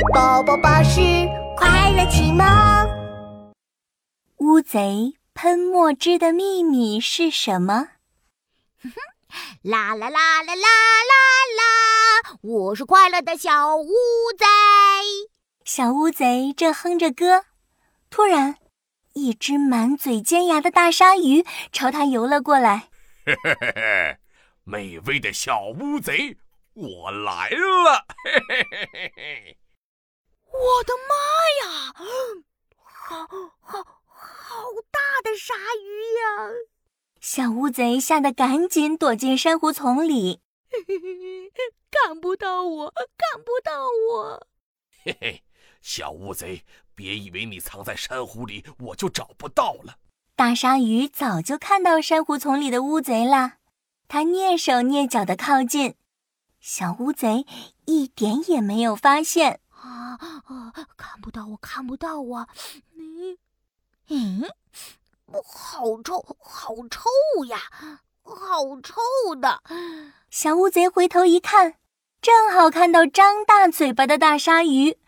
宝宝巴士快乐启蒙。 乌贼喷墨汁的秘密是什么？ 啦啦啦啦啦啦啦，我是快乐的小乌贼。 小乌贼正哼着歌，突然一只满嘴尖牙的大鲨鱼朝它游了过来。 嘿嘿嘿嘿，美味的小乌贼，我来了！嘿嘿嘿嘿嘿。 我的妈呀，好大的鲨鱼呀！ 小乌贼吓得赶紧躲进珊瑚丛里。 看不到我，看不到我。 嘿嘿，小乌贼，别以为你藏在珊瑚里我就找不到了。 大鲨鱼早就看到珊瑚丛里的乌贼了，它蹑手蹑脚地靠近，小乌贼一点也没有发现。 看不到我，看不到我。好臭，好臭呀，好臭的。 小乌贼回头一看，正好看到张大嘴巴的大鲨鱼。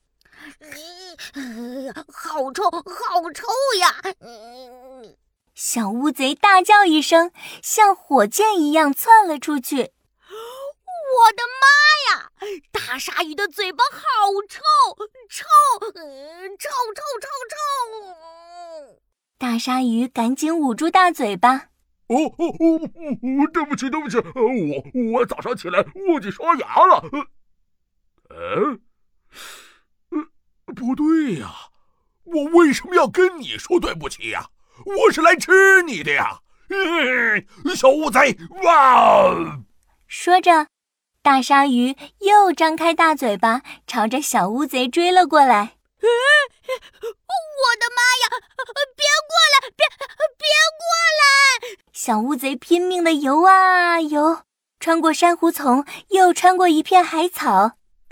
好臭，好臭呀！ 小乌贼大叫一声，像火箭一样窜了出去。 我的妈呀！大鲨鱼的嘴巴好臭，臭！ 大鲨鱼赶紧捂住大嘴巴。 对不起，我早上起来忘记刷牙了。不对呀，我为什么要跟你说对不起呀？我是来吃你的呀！小乌贼，哇！ 说着，大鲨鱼又张开大嘴巴，朝着小乌贼追了过来。 我的妈呀！别过来！别过来！ 小乌贼拼命地游啊游，穿过珊瑚丛，又穿过一片海草。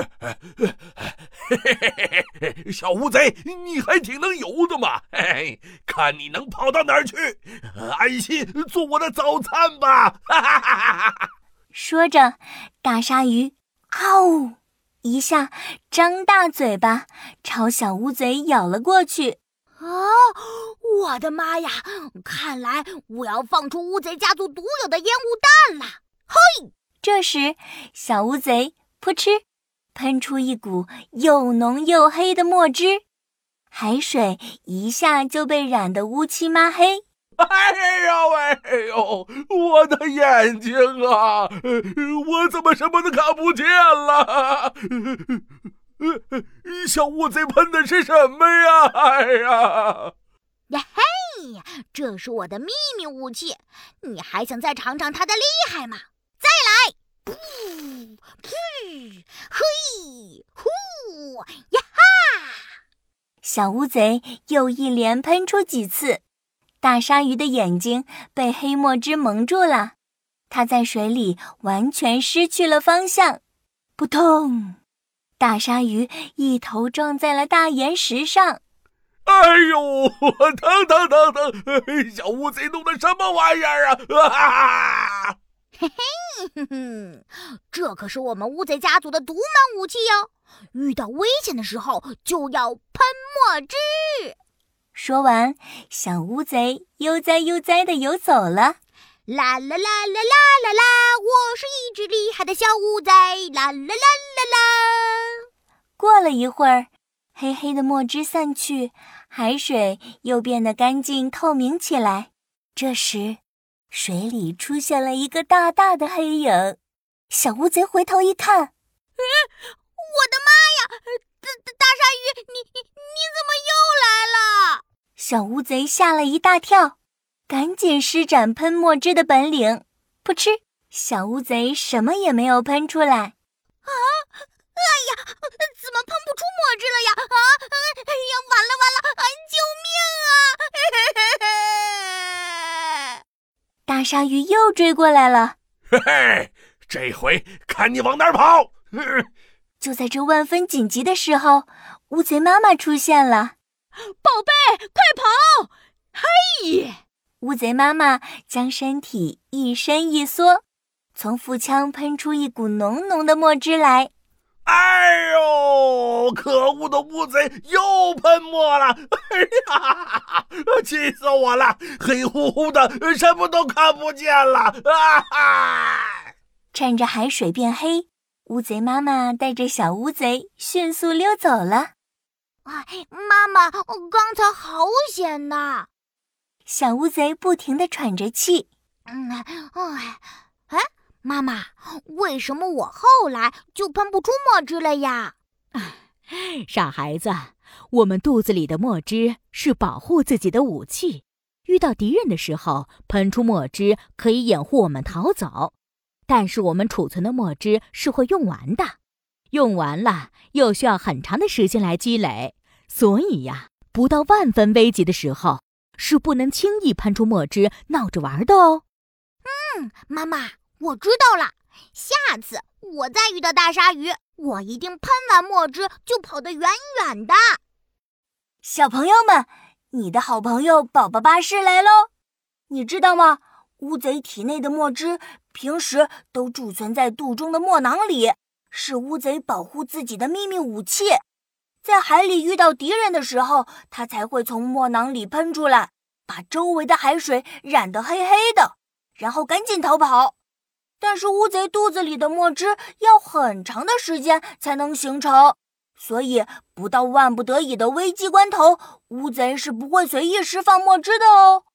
小乌贼，你还挺能游的嘛！看你能跑到哪儿去，安心做我的早餐吧！ 说着，大鲨鱼嗷一下张大嘴巴，朝小乌贼咬了过去。 我的妈呀！看来我要放出乌贼家族独有的烟雾弹了！嘿！ 这时，小乌贼噗嗤喷出一股又浓又黑的墨汁，海水一下就被染得乌漆抹黑。 哎呦，我的眼睛啊！我怎么什么都看不见了？小乌贼喷的是什么呀？ 呀嘿，这是我的秘密武器，你还想再尝尝它的厉害吗？再来！噗噗，嘿呼呀哈！ 小乌贼又一连喷出几次，大鲨鱼的眼睛被黑墨汁蒙住了，它在水里完全失去了方向。扑通！大鲨鱼一头撞在了大岩石上。 哎呦，疼！小乌贼弄的什么玩意儿啊？ 嘿嘿，这可是我们乌贼家族的独门武器哟！遇到危险的时候就要喷墨汁。 说完，小乌贼悠哉悠哉地游走了。 啦啦啦啦啦啦啦，我是一只厉害的小乌贼！啦啦啦啦啦。 过了一会儿，黑黑的墨汁散去，海水又变得干净透明起来。这时，水里出现了一个大大的黑影。小乌贼回头一看， 我的妈呀！大鲨鱼，你怎么又来了？ 小乌贼吓了一大跳，赶紧施展喷墨汁的本领。噗嗤，小乌贼什么也没有喷出来。 哎呀，怎么喷不出墨汁了呀？哎呀，完了！救命啊！ 大鲨鱼又追过来了。 嘿嘿，这回看你往哪儿跑！ 就在这万分紧急的时候，乌贼妈妈出现了。 宝贝，快跑！嘿！ 乌贼妈妈将身体一伸一缩，从腹腔喷出一股浓浓的墨汁来。 哎呦， 可恶的乌贼又喷墨了！哎呀，气死我了！黑乎乎的，什么都看不见了！啊哈！ 趁着海水变黑，乌贼妈妈带着小乌贼迅速溜走了。 妈妈，刚才好险呐！ 小乌贼不停地喘着气。 妈妈，为什么我后来就喷不出墨汁了呀？ 傻孩子，我们肚子里的墨汁是保护自己的武器，遇到敌人的时候，喷出墨汁可以掩护我们逃走。但是我们储存的墨汁是会用完的，用完了又需要很长的时间来积累，所以呀，不到万分危急的时候，是不能轻易喷出墨汁闹着玩的哦。 妈妈，我知道了，下次我再遇到大鲨鱼，我一定喷完墨汁就跑得远远的。 小朋友们，你的好朋友宝宝巴士来喽！你知道吗？乌贼体内的墨汁平时都贮存在肚中的墨囊里，是乌贼保护自己的秘密武器。在海里遇到敌人的时候，它才会从墨囊里喷出来，把周围的海水染得黑黑的，然后赶紧逃跑。但是乌贼肚子里的墨汁要很长的时间才能形成，所以不到万不得已的危机关头，乌贼是不会随意释放墨汁的哦。